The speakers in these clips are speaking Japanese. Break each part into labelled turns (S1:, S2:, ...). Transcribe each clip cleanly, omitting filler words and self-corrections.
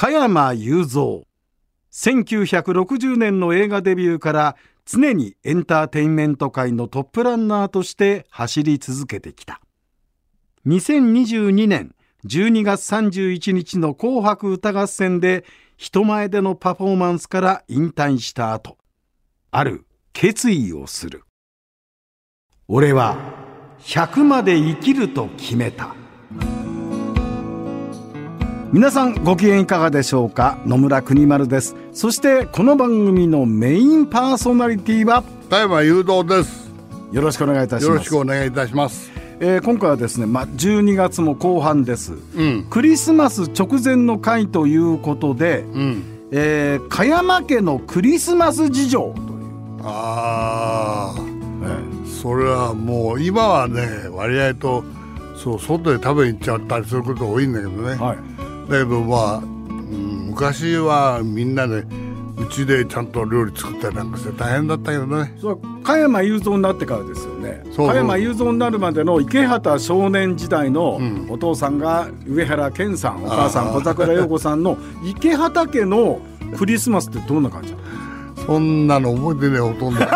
S1: 加山雄三。1960年の映画デビューから常にエンターテインメント界のトップランナーとして走り続けてきた。2022年12月31日の紅白歌合戦で人前でのパフォーマンスから引退した後、ある決意をする。俺は100まで生きると決めた。皆さんご機嫌いかがでしょうか。野村国丸です。そしてこの番組のメインパーソナリティは
S2: 田山雄三です。
S1: よろしくお願いいたします。
S2: よろしくお願いいたします。
S1: 今回はですね、12月も後半です、クリスマス直前の回ということで、加山家のクリスマス事情という。
S2: それはもう今はね、割合と外で食べに行っちゃったりすること多いんだけどね、だけど昔はみんなでうちでちゃんと料理作ったりなんかして大変だったけどね。
S1: そう、加山雄三になってからですよね。加山雄三になるまでの池畑少年時代のお父さんが上原健さん、お母さん小桜陽子さんの池畑家のクリスマスってどんな感じなの？
S2: そんなの覚えてねえ、ほとんど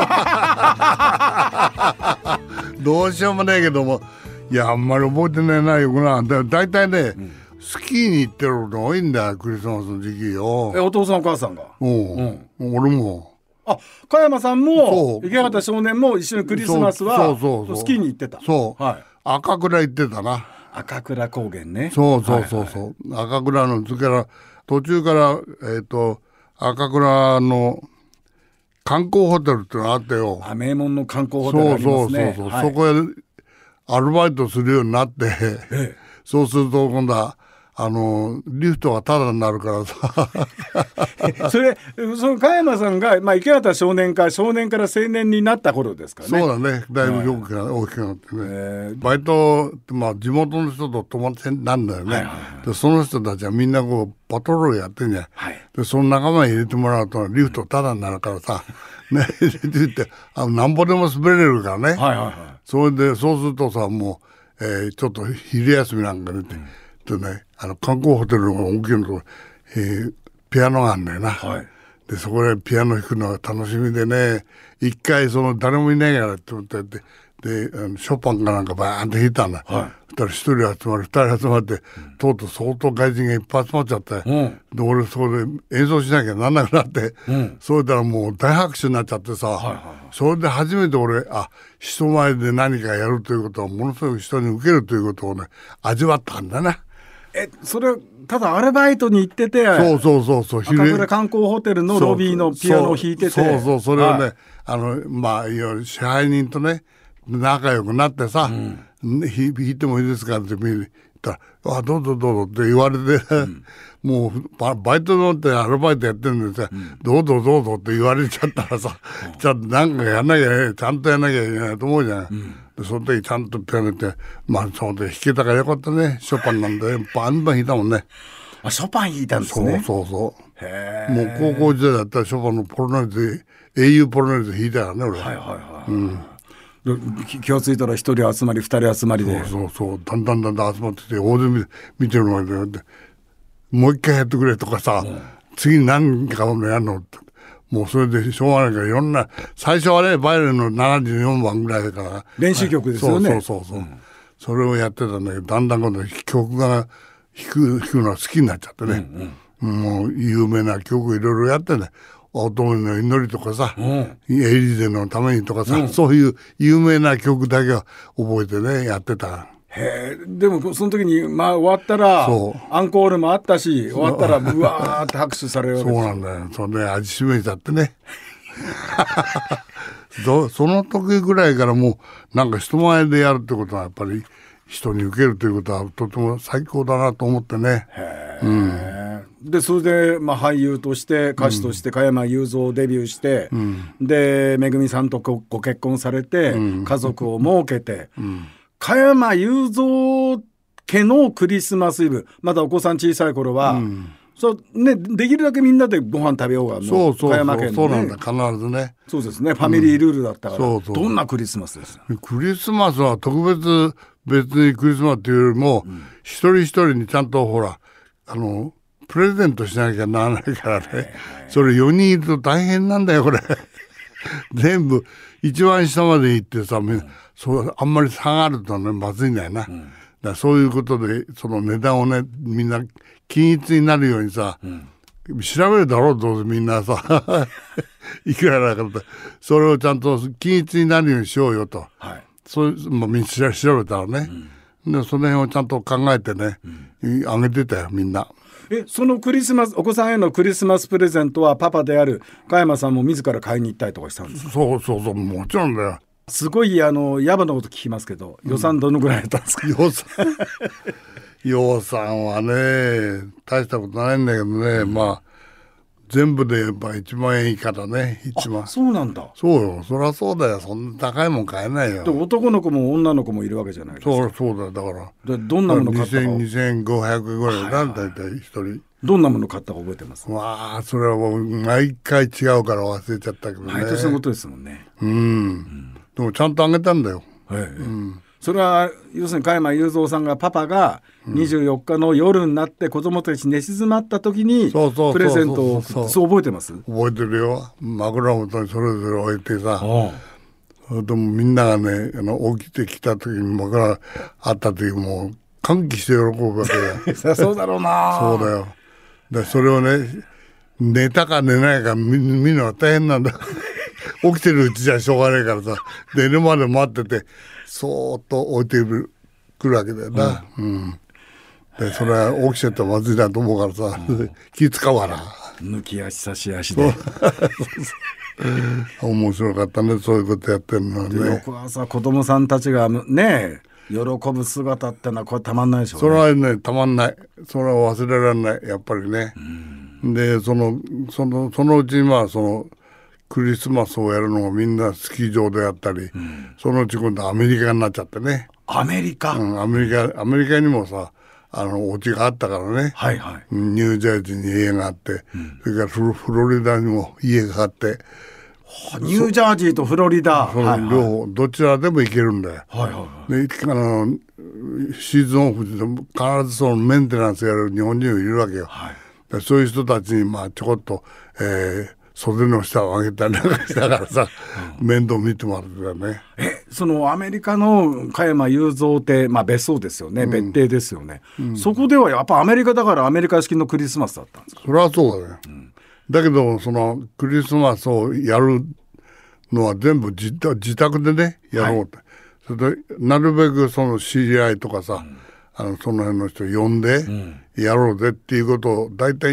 S2: どうしようもないけども、いやあんまり覚えてねえな、よくな。だいたいね、スキーに行ってることが多いんだよ、クリスマスの時期よ。
S1: お父さんお母さんが。
S2: 俺も。
S1: 加山さんも池畑少年も一緒にクリスマスはスキーに行ってた。赤倉行ってたな。 赤倉高原ね。
S2: そう赤倉の次から途中から赤倉の観光ホテルってのがあってよ。
S1: 名門の観光ホテルありますね。
S2: そこへアルバイトするようになって、そうすると今度はリフトがタダになるからさ
S1: その加山さんが、池畑少年から青年になった頃ですからね。
S2: そうだね、だいぶ大きくなってね、バイト、地元の人と友達なんだよね、でその人たちはみんなパトロールやってんじゃん、でその仲間に入れてもらうとリフトタダになるからさねって言ってなんぼでも滑れるからね、そうするとさ、もう、ちょっと昼休みなんか出て、観光ホテルの大きいのと、ピアノがあるんだよな、でそこでピアノ弾くのが楽しみでね、一回誰もいないからって思ってでショパンかなんかバーンって弾いたんだ、一人集まる二人集まって、とうとう相当外人がいっぱい集まっちゃって、で俺そこで演奏しなきゃなんなくなって、それからもう大拍手になっちゃってさ、それで初めて俺人前で何かやるということはものすごく人に受けるということをね味わったんだね。
S1: それただアルバイトに行ってて、赤倉観光ホテルのロビーのピアノを弾いてて、
S2: それをね、いわゆる支配人とね仲良くなってさ、弾いてもいいですかって言ったら、どうぞどうぞって言われて、もうバイトのってアルバイトやってるんでさ、どうぞどうぞって言われちゃったらさ、ちゃんとなんかやんなきゃちゃんとやんなきゃいけないと思うじゃん、でその時ちゃんとピアノって、その時弾けたからよかったね。ショパンなんでバンバン弾いたもんね。
S1: ショパン弾いたんですね。
S2: そうもう高校時代だったらショパンのポロネーズ、英雄ポロネーズ弾いたからね俺。
S1: 気がついたら一人集まり二人集まりで、
S2: だんだん集まってて、大勢見てるので、もう一回やってくれとかさ、次何かをやるのって、もうそれでしょうがないから、いろんな、最初はねバイオリンの74番ぐらいだから
S1: 練習曲ですよね。
S2: それをやってたんだけど、だんだん今度曲が弾くのが好きになっちゃってね、もう有名な曲いろいろやってね、乙女の祈りとかさ、エリゼのためにとかさ、そういう有名な曲だけは覚えてねやってた。
S1: でもその時に終わったらアンコールもあったし、終わったらうわーって拍手されるわけですよ。
S2: そうなんだよ。それで味しめちゃってねその時ぐらいからもうなんか人前でやるってことはやっぱり人に受けるということはとても最高だなと思ってね。
S1: でそれで、俳優として歌手として加山雄三デビューして、でめぐみさんとご結婚されて、家族を設けて、加山雄三家のクリスマスイブ、まだお子さん小さい頃は、できるだけみんなでご飯食べようが加山県のね。
S2: そうなんだ、必ずね。
S1: そうですね、ファミリールールだったから、どんなクリスマスですか？
S2: クリスマスは別にクリスマスっていうよりも、一人一人にちゃんとほらプレゼントしなきゃならないからね、それ4人いると大変なんだよこれ全部一番下まで行ってさ、そうあんまり下がるとねまずいんだよな、だからそういうことでその値段をねみんな均一になるようにさ、調べるだろうどうせみんなさいくらだからってそれをちゃんと均一になるようにしようよと、そういう、みんな調べたらね、でその辺をちゃんと考えてね、あげてたよみんな。
S1: そのクリスマス、お子さんへのクリスマスプレゼントはパパである加山さんも自ら買いに行ったりとかしたんですか？
S2: そうもちろんだよ。
S1: すごい野暮なこと聞きますけど、予算どのぐらいだったんですか？
S2: 予算はね大したことないんだけどね、まあ全部でやっぱ1万円以下だね。1万。
S1: そうなんだ。
S2: そうよ、そりゃそうだよ。そんな高いもん買えないよ。
S1: で男の子も女の子もいるわけじゃないですか。
S2: そうだよ、だから
S1: でどんなもの買ったか
S2: 2500ぐらいだ、大体一人。
S1: どんなもの買ったか覚えてます？
S2: わあ、それはもう毎回違うから忘れちゃったけどね。
S1: 毎年のことですもんね。
S2: でもちゃんとあげたんだよ。
S1: それは要するに加山雄三さんがパパが24日の夜になって子供たち寝静まった時にプレゼントをそう覚えてます？
S2: 覚えてるよ。枕元にそれぞれ置いてさ、でもみんながね起きてきた時に枕あった時もう歓喜して喜ぶわけよ
S1: そうだろうな。
S2: そうだよ。でそれをね寝たか寝ないか見るのは大変なんだ起きてるうちじゃしょうがないからさ、寝るまで待っててそーっと置いてくるわけだよな、でそれは起きちゃったらまずいなと思うからさ、気使うわな。
S1: 抜き足差し足で
S2: 面白かったね、そういうことやってるのはね。
S1: 翌朝子供さんたちがね喜ぶ姿ってのはこれたまんないでしょうね。
S2: それはねたまんない。それは忘れられないやっぱりね、でそのうちにそのクリスマスをやるのがみんなスキー場でやったり、そのうち今度アメリカになっちゃってね。
S1: アメリカ、
S2: アメリカにもさお家があったからね、ニュージャージーに家があって、それからフロリダにも家があって、
S1: ニュージャージーとフロリダ、
S2: 両方どちらでも行けるんだよ、でシーズンオフで必ずそのメンテナンスやる日本人がいるわけよ、でそういう人たちにちょこっと、袖の下を上げたりなんかしながらさ、面倒見てもらってたね。
S1: そのアメリカの加山雄三って、別荘ですよね、別邸ですよね、そこではやっぱアメリカだからアメリカ式のクリスマスだったんですか？
S2: それはそうだね、だけどそのクリスマスをやるのは全部自宅でねやろうって、それでなるべくその知り合いとかさ、その辺の人呼んでやろうぜっていうことをだいたい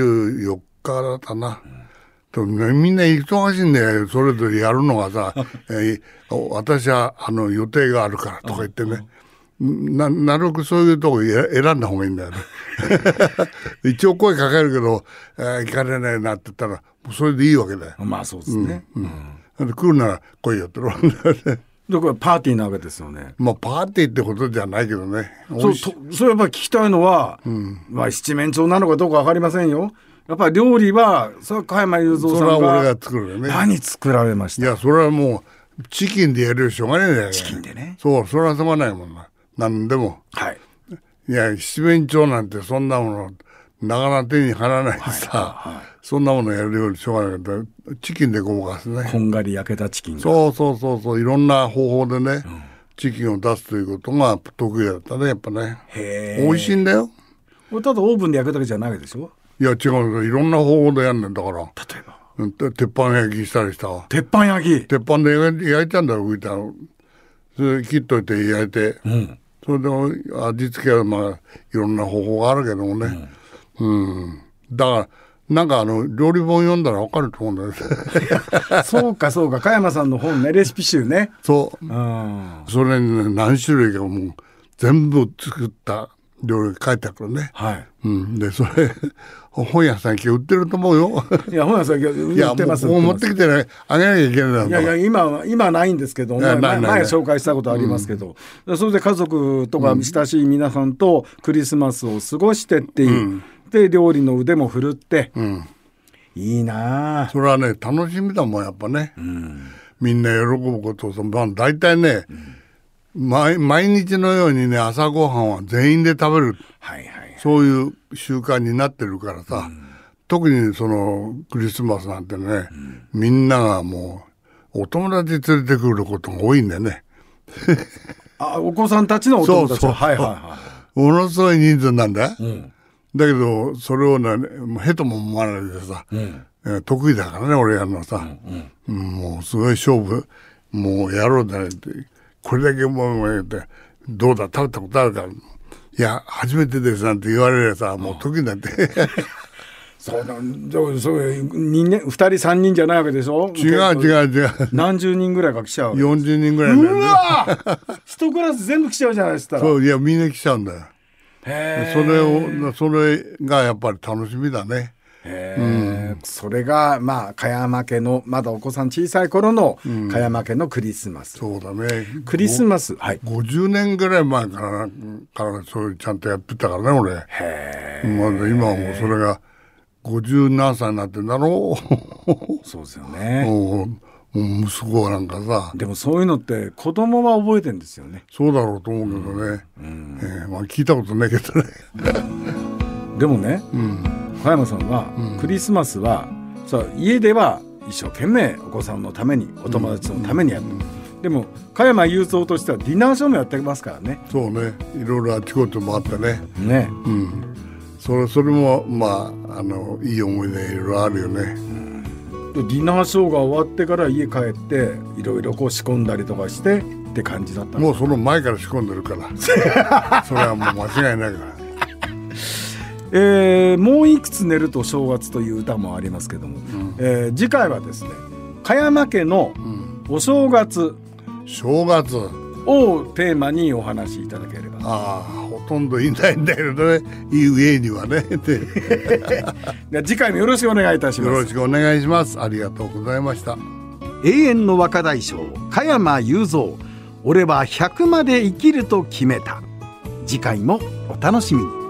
S2: 24日だったな、みんな忙しいんだよ、それぞれやるのがさ、私は予定があるからとか言ってね、なるべくそういうとこ選んだ方がいいんだよね一応声かけるけど、行かれないなって言ったらそれでいいわけだよ。
S1: そうですね、
S2: 来るなら来いよってだ
S1: からパーティーなわけですよね。
S2: パーティーってことじゃないけどね。
S1: それやっぱり聞きたいのは、七面鳥なのかどうか分かりませんよ。やっぱり料理はそれは加山雄三さんが
S2: それは俺が作るよね。
S1: 何作られました？
S2: いやそれはもうチキンでやるよしょうがないんだよね。
S1: チキンでね。
S2: それはしょうがないもんな。何でも。いや七面鳥なんてそんなものなかなか手に入らないしさ、そんなものやるよりしょうがないけどチキンでごまかすね。
S1: こんがり焼けたチキンが。
S2: そういろんな方法でね、チキンを出すということが得意だったねやっぱね。美味しいんだよ。
S1: これただオーブンで焼くだけじゃないでしょ？
S2: いや違う、いろんな方法でやるんだから。
S1: 例え
S2: ば鉄板焼きしたりした。
S1: 鉄板焼き。
S2: 鉄板で焼いたんだよ、浮いたの。それ切っといて焼いて、それで味付けはいろんな方法があるけどもね、だからなんか料理本読んだら分かると思うんだよ
S1: そうか加山さんの本ね、レシピ集ね。
S2: それに、ね、何種類かもう全部作った料理書いてあるからね、でそれ本屋さん売ってると思うよ
S1: いや本屋さん売ってます。
S2: もう持ってきてねあげなきゃいけないんだ。
S1: いや今ないんですけど、前紹介したことありますけど、それで家族とか親しい皆さんとクリスマスを過ごしてっていう、で料理の腕も振るって、いいな。
S2: それはね楽しみだもんやっぱね、みんな喜ぶことを大体ね、毎日のようにね朝ごはんは全員で食べる、 そういう習慣になってるからさ、特にそのクリスマスなんてね、みんながもうお友達連れてくることが多いんだよね。
S1: お子さんたちのお友達。
S2: そう
S1: はいはいはい。
S2: ものすごい人数なんだよ。だけどそれをね、へとも思わないでさ、得意だからね、俺やるのさ、もうすごい勝負、もうやろうだねって、これだけもう言って、どうだ、食べたことあるか、いや、初めてですなんて言われればさ、もう得意なんて。
S1: そうだ、そう2人3人じゃないわけでしょ。
S2: 違う。
S1: 何十人ぐらいが来ちゃう。
S2: 40人ぐらい、ね。
S1: うわ一クラス全部来ちゃうじゃないですか。
S2: そう、いや、みんな来ちゃうんだよ。それがやっぱり楽しみだね。
S1: それがまあ香山家のまだお子さん小さい頃の香山家のクリスマス。
S2: そうだね。
S1: クリスマス、はい、
S2: 50年ぐらい前からそういうちゃんとやってたからね、俺。今はもうそれが50何歳になってんだろう。
S1: そうですよね。
S2: 息子なんかさ。
S1: でもそういうのって子供は覚えてるんですよね。
S2: そうだろうと思うけどね。聞いたことないけどね。
S1: でもね、香山さんは、クリスマスはさ家では一生懸命お子さんのためにお友達のためにやる、でも香山雄三としてはディナーショーもやってますからね。
S2: そうね、いろいろあちこちもあってね。それもまあいい思い出いろいろあるよね。
S1: ディナーショーが終わってから家帰っていろいろこう仕込んだりとかしてって感じだったの。
S2: もうその前から仕込んでるからそれはもう間違いないから。
S1: もういくつ寝ると正月という歌もありますけども、次回はですね香山家のお正月、をテーマにお話しいただければ。
S2: ほとんどいないんだけどね、家にはね
S1: 次回もよろしくお願いいたします。
S2: よろしくお願いします。ありがとうございました。
S1: 永遠の若大将香山雄三、俺は100まで生きると決めた。次回もお楽しみに。